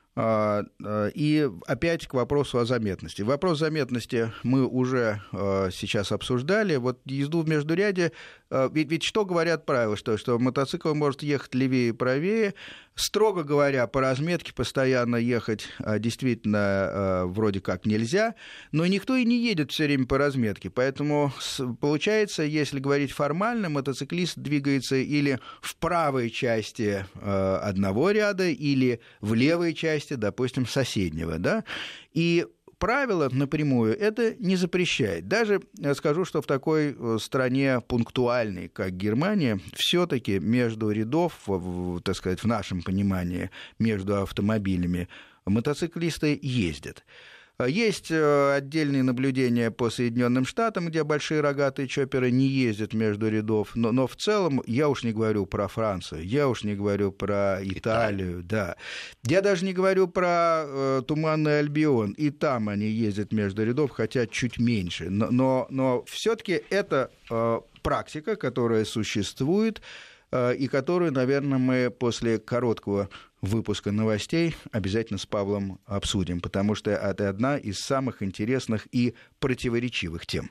И опять к вопросу о заметности. Вопрос заметности мы уже сейчас обсуждали. Вот езду в междуряде, ведь, ведь что говорят правила, что, что мотоцикл может ехать левее и правее. Строго говоря, по разметке постоянно ехать действительно вроде как нельзя, но никто и не едет все время по разметке. Поэтому получается, если говорить формально, мотоциклист двигается или в правой части одного ряда, или в левой части, допустим, соседнего, да, и правило напрямую это не запрещает. Даже скажу, что в такой стране пунктуальной, как Германия, все-таки между рядов, так сказать, в нашем понимании, между автомобилями, мотоциклисты ездят. Есть отдельные наблюдения по Соединенным Штатам, где большие рогатые чопперы не ездят между рядов, но, но в целом я уж не говорю про Францию, я уж не говорю про Италию, Италия. Да. Я даже не говорю про э, Туманный Альбион, и там они ездят между рядов, хотя чуть меньше, но, но, но все-таки это э, практика, которая существует, э, и которую, наверное, мы после короткого выпуска новостей обязательно с Павлом обсудим, потому что это одна из самых интересных и противоречивых тем.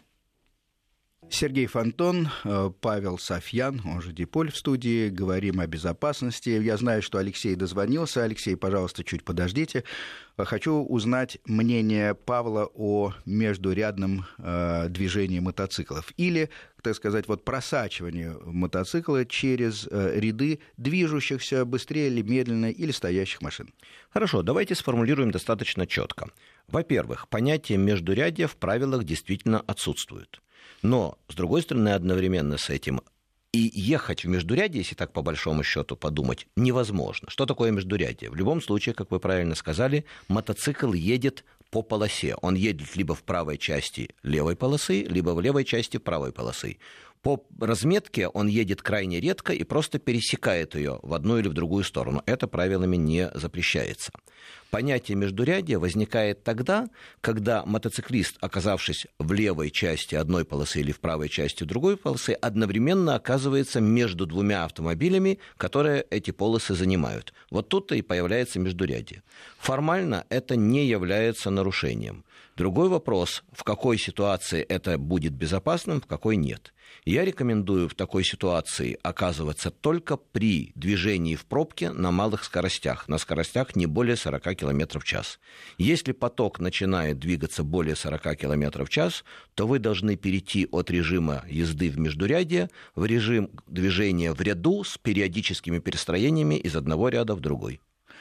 Сергей Фонтон, Павел Софьян, он же Диполь в студии. Говорим о безопасности. Я знаю, что Алексей дозвонился. Алексей, пожалуйста, чуть подождите. Хочу узнать мнение Павла о междурядном э, движении мотоциклов. Или, так сказать, вот просачивании мотоцикла через э, ряды движущихся быстрее или медленно, или стоящих машин. Хорошо, давайте сформулируем достаточно четко. Во-первых, понятие междурядья в правилах действительно отсутствует. Но, с другой стороны, одновременно с этим и ехать в междурядье, если так по большому счету подумать, невозможно. Что такое междурядье? В любом случае, как вы правильно сказали, мотоцикл едет по полосе. Он едет либо в правой части левой полосы, либо в левой части правой полосы. По разметке он едет крайне редко и просто пересекает ее в одну или в другую сторону. Это правилами не запрещается. Понятие междурядья возникает тогда, когда мотоциклист, оказавшись в левой части одной полосы или в правой части другой полосы, одновременно оказывается между двумя автомобилями, которые эти полосы занимают. Вот тут-то и появляется междурядье. Формально это не является нарушением. Другой вопрос, в какой ситуации это будет безопасным, в какой нет. Я рекомендую в такой ситуации оказываться только при движении в пробке на малых скоростях, на скоростях не более сорок километров в час. Если поток начинает двигаться более сорок километров в час, то вы должны перейти от режима езды в междурядье в режим движения в ряду с периодическими перестроениями из одного ряда в другой.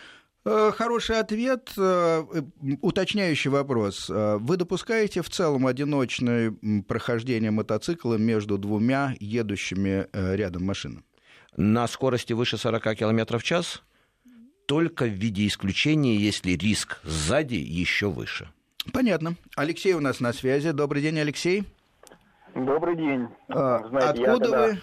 Хороший ответ. Уточняющий вопрос. Вы допускаете в целом одиночное прохождение мотоцикла между двумя едущими рядом машинами? На скорости выше сорок километров в час только в виде исключения, если риск сзади еще выше. Понятно. Алексей у нас на связи. Добрый день, Алексей. Добрый день. А, Знаете, откуда я, когда... вы?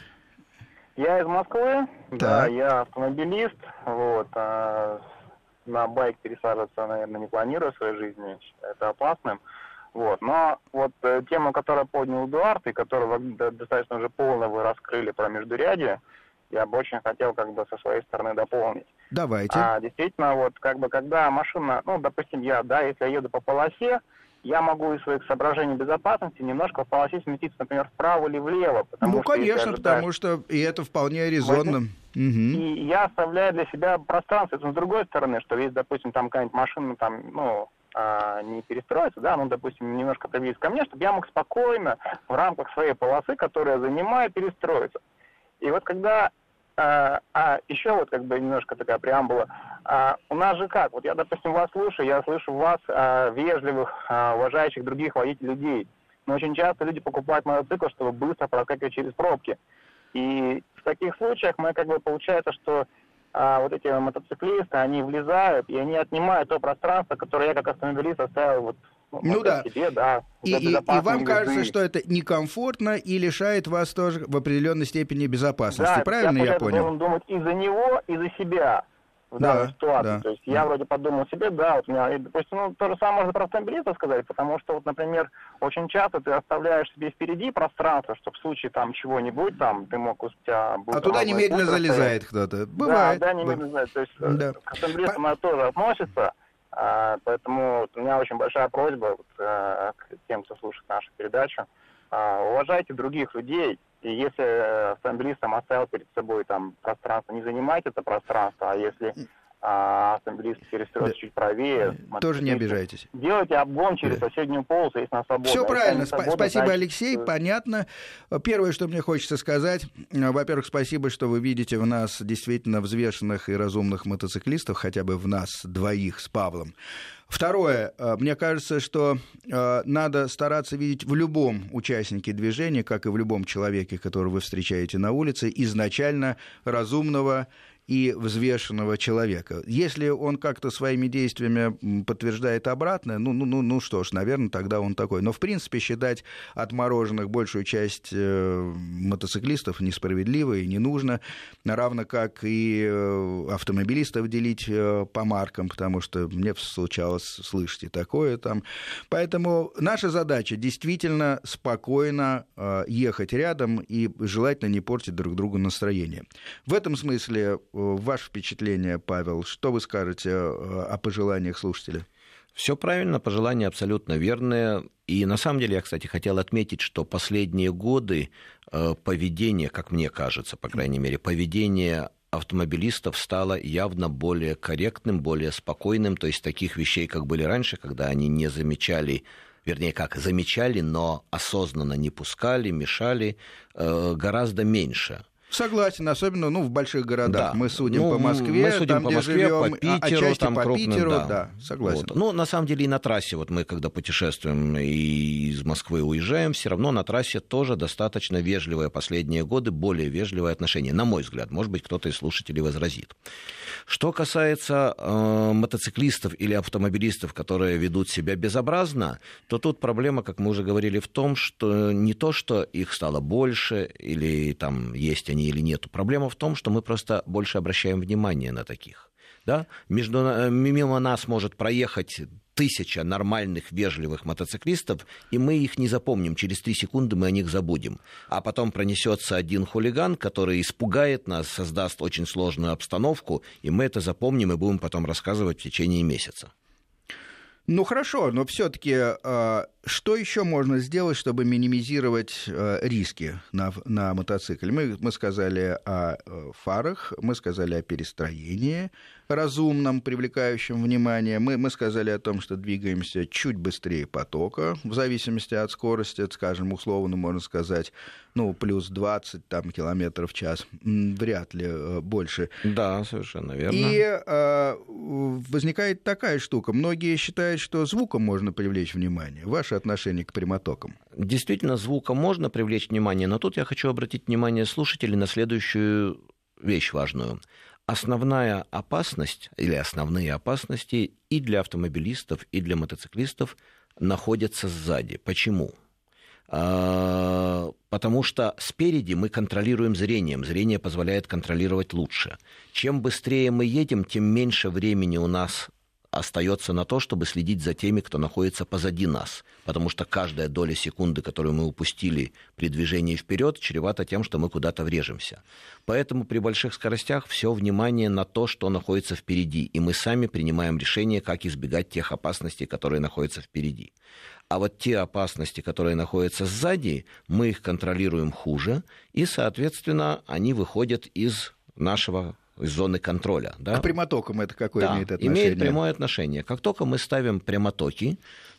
Я из Москвы. Так. Да, я автомобилист. Вот. На байк пересаживаться, наверное, не планирую в своей жизни, это опасным. Вот. Но вот э, тему, которую поднял Эдуард, и которую вы достаточно уже полно вы раскрыли про междурядье, я бы очень хотел как бы со своей стороны дополнить. Давайте. А, действительно, вот как бы когда машина, ну, допустим, я, да, если я еду по полосе, я могу из своих соображений безопасности немножко в полосе сместиться, например, вправо или влево. Ну, конечно, ожидаешь... потому что и это вполне резонно. Угу. И я оставляю для себя пространство. Это с другой стороны, что если, допустим, там какая-нибудь машина, там, ну, а, не перестроится, да, ну, допустим, немножко приблизиться ко мне, чтобы я мог спокойно в рамках своей полосы, которую я занимаю, перестроиться. И вот когда... А, а еще вот как бы немножко такая преамбула. А, у нас же как? Вот я, допустим, вас слушаю, я слышу вас, а, вежливых, а, уважающих других водителей людей. Но очень часто люди покупают мотоцикл, чтобы быстро проскакивать через пробки. И в таких случаях мы как бы получается, что а, вот эти мотоциклисты, они влезают и они отнимают то пространство, которое я как автомобилист оставил вот. Ну да. Себе, да и, и, и вам кажется, езды. Что это некомфортно и лишает вас тоже в определенной степени безопасности. Да, правильно я, я понял? Я должен думать и за него, и за себя в да, данной ситуации. Да, то есть да. я вроде подумал себе, да, вот у меня, и, допустим, ну, то же самое можно про автомобилиста сказать, потому что, вот, например, очень часто ты оставляешь себе впереди пространство, чтобы в случае там чего-нибудь, там, ты мог у тебя... А туда немедленно залезает кто-то. Бывает. Да, да, немедленно залезает. То есть да. К автомобилистам это тоже относится. А, поэтому вот, у меня очень большая просьба вот, а, к тем, кто слушает нашу передачу. А, уважайте других людей. И если автомобилист там оставил перед собой там пространство, не занимайте это пространство. А если а, автомобилист перестроится да. чуть правее... Тоже не обижайтесь. Делайте обгон через да. соседнюю полосу, если она свободна. Все правильно. Свободна, спасибо, значит, Алексей. Что... Понятно. Первое, что мне хочется сказать, во-первых, спасибо, что вы видите в нас действительно взвешенных и разумных мотоциклистов, хотя бы в нас двоих с Павлом. Второе, мне кажется, что надо стараться видеть в любом участнике движения, как и в любом человеке, которого вы встречаете на улице, изначально разумного и взвешенного человека. Если он как-то своими действиями подтверждает обратное, ну, ну, ну, ну что ж, наверное, тогда он такой. Но, в принципе, считать отмороженных большую часть э, мотоциклистов несправедливо и не нужно, равно как и э, автомобилистов делить э, по маркам, потому что мне случалось слышать и такое там. Поэтому наша задача действительно спокойно э, ехать рядом и желательно не портить друг другу настроение. В этом смысле ваше впечатление, Павел, что вы скажете о пожеланиях слушателя? Все правильно, пожелания абсолютно верные. И на самом деле я, кстати, хотел отметить, что последние годы поведение, как мне кажется, по крайней мере, поведение автомобилистов стало явно более корректным, более спокойным. То есть таких вещей, как были раньше, когда они не замечали, вернее, как замечали, но осознанно не пускали, мешали, гораздо меньше. Согласен, особенно ну, в больших городах. Да. Мы судим ну, по Москве, мы судим там, по где Москве, живем, по Питеру, отчасти там по крупным, Питеру, да. да, согласен. Вот. Ну, на самом деле, и на трассе, вот мы когда путешествуем и из Москвы уезжаем, все равно на трассе тоже достаточно вежливое последние годы, более вежливое отношение, на мой взгляд. Может быть, кто-то из слушателей возразит. Что касается э, мотоциклистов или автомобилистов, которые ведут себя безобразно, то тут проблема, как мы уже говорили, в том, что не то, что их стало больше, или там есть они или нету. Проблема в том, что мы просто больше обращаем внимание на таких. Да? Между, мимо нас может проехать тысяча нормальных, вежливых мотоциклистов, и мы их не запомним. Через три секунды мы о них забудем. А потом пронесется один хулиган, который испугает нас, создаст очень сложную обстановку, и мы это запомним и будем потом рассказывать в течение месяца. Ну хорошо, но все-таки э, что еще можно сделать, чтобы минимизировать э, риски на, на мотоцикле? Мы, мы сказали о э, фарах, мы сказали о перестроении разумном, привлекающем внимание. Мы, мы сказали о том, что двигаемся чуть быстрее потока, в зависимости от скорости, скажем, условно можно сказать, ну, плюс двадцать там, километров в час, вряд ли э, больше. Да, совершенно верно. И э, возникает такая штука. Многие считают, что звуком можно привлечь внимание. Ваше отношение к прямотокам? Действительно, звуком можно привлечь внимание, но тут я хочу обратить внимание слушателей на следующую вещь важную. Основная опасность или основные опасности и для автомобилистов, и для мотоциклистов находятся сзади. Почему? Потому что спереди мы контролируем зрением. Зрение позволяет контролировать лучше. Чем быстрее мы едем, тем меньше времени у нас остается на то, чтобы следить за теми, кто находится позади нас. Потому что каждая доля секунды, которую мы упустили при движении вперед, чревата тем, что мы куда-то врежемся. Поэтому при больших скоростях все внимание на то, что находится впереди. И мы сами принимаем решение, как избегать тех опасностей, которые находятся впереди. А вот те опасности, которые находятся сзади, мы их контролируем хуже, и, соответственно, они выходят из нашего из зоны контроля. Да? К прямотокам это какое да, имеет отношение? Имеет прямое отношение. Как только мы ставим прямотоки,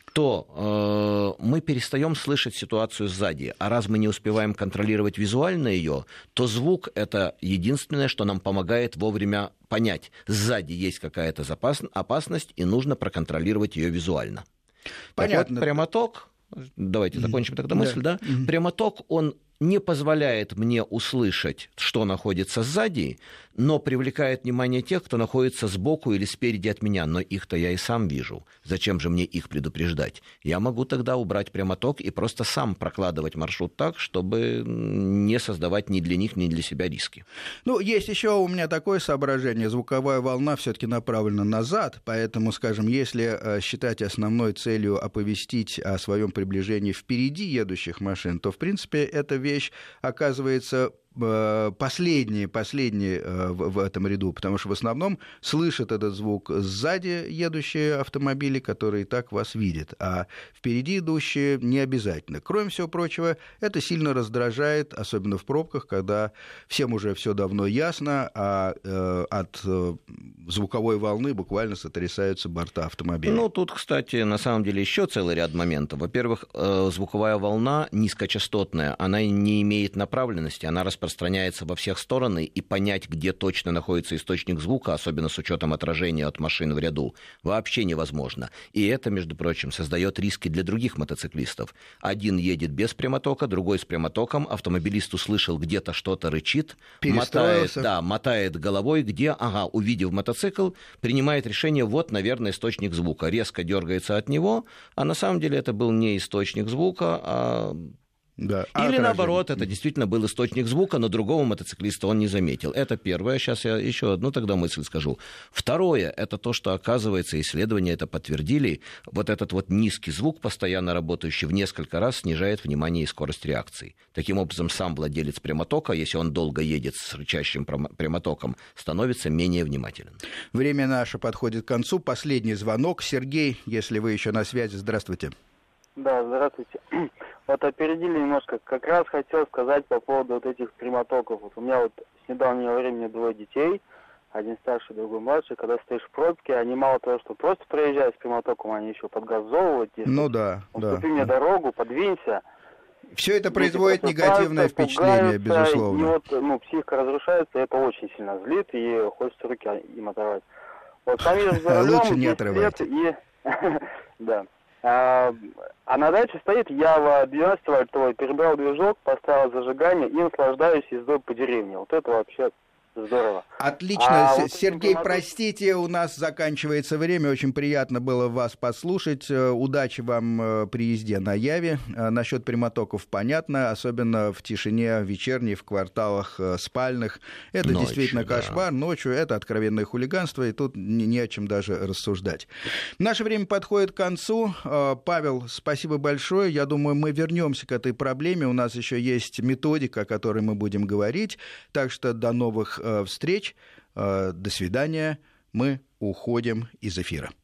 то э, мы перестаем слышать ситуацию сзади. А раз мы не успеваем контролировать визуально ее, то звук — это единственное, что нам помогает вовремя понять, сзади есть какая-то опасность, и нужно проконтролировать ее визуально. Понятно. Так вот, прямоток, давайте закончим тогда мысль, да? да? Прямоток, он не позволяет мне услышать, что находится сзади, но привлекает внимание тех, кто находится сбоку или спереди от меня, но их-то я и сам вижу. Зачем же мне их предупреждать? Я могу тогда убрать прямоток и просто сам прокладывать маршрут так, чтобы не создавать ни для них, ни для себя риски. Ну, есть еще у меня такое соображение. Звуковая волна все-таки направлена назад, поэтому, скажем, если считать основной целью оповестить о своем приближении впереди едущих машин, то, в принципе, эта вещь оказывается последние, последние в, в этом ряду, потому что в основном слышат этот звук сзади едущие автомобили, которые и так вас видят, а впереди идущие не обязательно. Кроме всего прочего, это сильно раздражает, особенно в пробках, когда всем уже все давно ясно, а э, от э, звуковой волны буквально сотрясаются борта автомобиля. Ну, тут, кстати, на самом деле еще целый ряд моментов. Во-первых, э, звуковая волна низкочастотная, она не имеет направленности, она распространяется распространяется во всех стороны, и понять, где точно находится источник звука, особенно с учетом отражения от машин в ряду, вообще невозможно. И это, между прочим, создает риски для других мотоциклистов. Один едет без прямотока, другой с прямотоком, автомобилист услышал, где-то что-то рычит, мотает, да, мотает головой, где, ага, увидев мотоцикл, принимает решение, вот, наверное, источник звука, резко дергается от него, а на самом деле это был не источник звука, а... Да. Или, а наоборот, это действительно был источник звука, но другого мотоциклиста он не заметил. Это первое. Сейчас я еще одну тогда мысль скажу. Второе, это то, что, оказывается, исследования это подтвердили, вот этот вот низкий звук, постоянно работающий, в несколько раз снижает внимание и скорость реакции. Таким образом, сам владелец прямотока, если он долго едет с рычащим прямотоком, становится менее внимателен. Время наше подходит к концу. Последний звонок. Сергей, если вы еще на связи, здравствуйте. Да, здравствуйте. Вот опередили немножко. Как раз хотел сказать по поводу вот этих прямотоков. Вот у меня вот с недавнего времени двое детей, один старший, другой младший. Когда стоишь в пробке, они мало того, что просто проезжают с прямотоком, они еще подгазовывают. Ну да, уступи да. мне дорогу, подвинься. Все это производит негативное впечатление, безусловно. И вот, ну, психика разрушается, это очень сильно злит, и хочется руки им оторвать. Вот сам езжу за рулем, лучше не отрывать. И... да. А, а на даче стоит Ява двенадцать вольтовый, перебрал движок, поставил зажигание и наслаждаюсь ездой по деревне. Вот это вообще здорово. Отлично. А, Сергей, вот простите, у нас заканчивается время. Очень приятно было вас послушать. Удачи вам при езде на Яве. Насчет прямотоков понятно, особенно в тишине вечерней, в кварталах спальных. Это ночью, действительно кошмар. Да. Ночью это откровенное хулиганство, и тут не, не о чем даже рассуждать. Наше время подходит к концу. Павел, спасибо большое. Я думаю, мы вернемся к этой проблеме. У нас еще есть методика, о которой мы будем говорить. Так что до новых встреч. До свидания. Мы уходим из эфира.